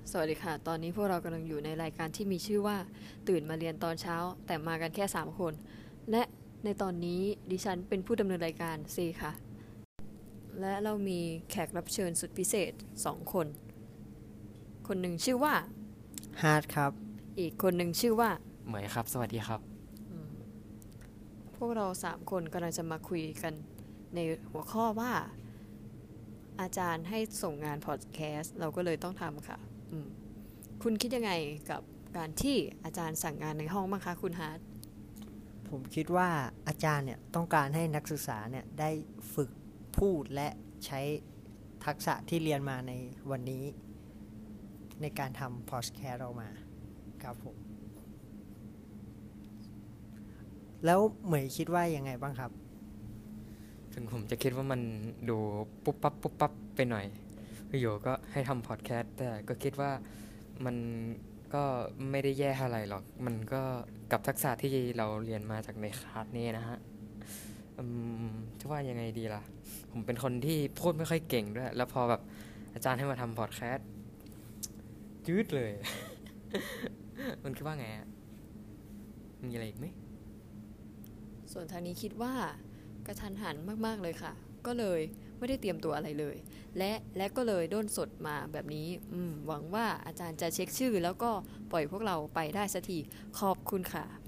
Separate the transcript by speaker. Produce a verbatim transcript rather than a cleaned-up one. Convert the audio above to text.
Speaker 1: สวัสดีค่ะตอนนี้พวกเรากำลังอยู่ในรายการที่มีชื่อว่าตื่นมาเรียนตอนเช้าแต่มากันแค่สามคนและในตอนนี้ดิฉันเป็นผู้ดำเนินรายการเซค่ะและเรามีแขกรับเชิญสุดพิเศษสองคนคนหนึ่งชื่อว่า
Speaker 2: ฮาร์ดครับ
Speaker 1: อีกคนหนึ่งชื่อว่า
Speaker 3: เหมยครับสวัสดีครับ
Speaker 1: พวกเราสามคนกำลังจะมาคุยกันในหัวข้อว่าอาจารย์ให้ส่งงานพอดแคสต์เราก็เลยต้องทำค่ะคุณคิดยังไงกับการที่อาจารย์สั่งงานในห้องบ้างคะคุณฮาร์ด
Speaker 2: ผมคิดว่าอาจารย์เนี่ยต้องการให้นักศึกษาเนี่ยได้ฝึกพูดและใช้ทักษะที่เรียนมาในวันนี้ในการทำพอดแคสต์ออกมาครับผมแล้วเหมยคิดว่ายังไงบ้างครับ
Speaker 3: ถึงผมจะคิดว่ามันดูปุ๊บปั๊บปุ๊บปั๊บไปหน่อยพี่โยก็ให้ทำพอดแคสต์แต่ก็คิดว่ามันก็ไม่ได้แย่อะไรหรอกมันก็กับทักษะที่เราเรียนมาจากในคลาสนี้นะฮะจะว่ายังไงดีล่ะผมเป็นคนที่พูดไม่ค่อยเก่งด้วยแล้วพอแบบอาจารย์ให้มาทำพอดแคสต์จืดเลย มันคิดว่าไงมีอะไรอีกไหม
Speaker 1: ส่วนทางนี้คิดว่ากระทันหันมากๆเลยค่ะก็เลยไม่ได้เตรียมตัวอะไรเลยและและก็เลยด้นสดมาแบบนี้หวังว่าอาจารย์จะเช็คชื่อแล้วก็ปล่อยพวกเราไปได้สักทีขอบคุณค่ะ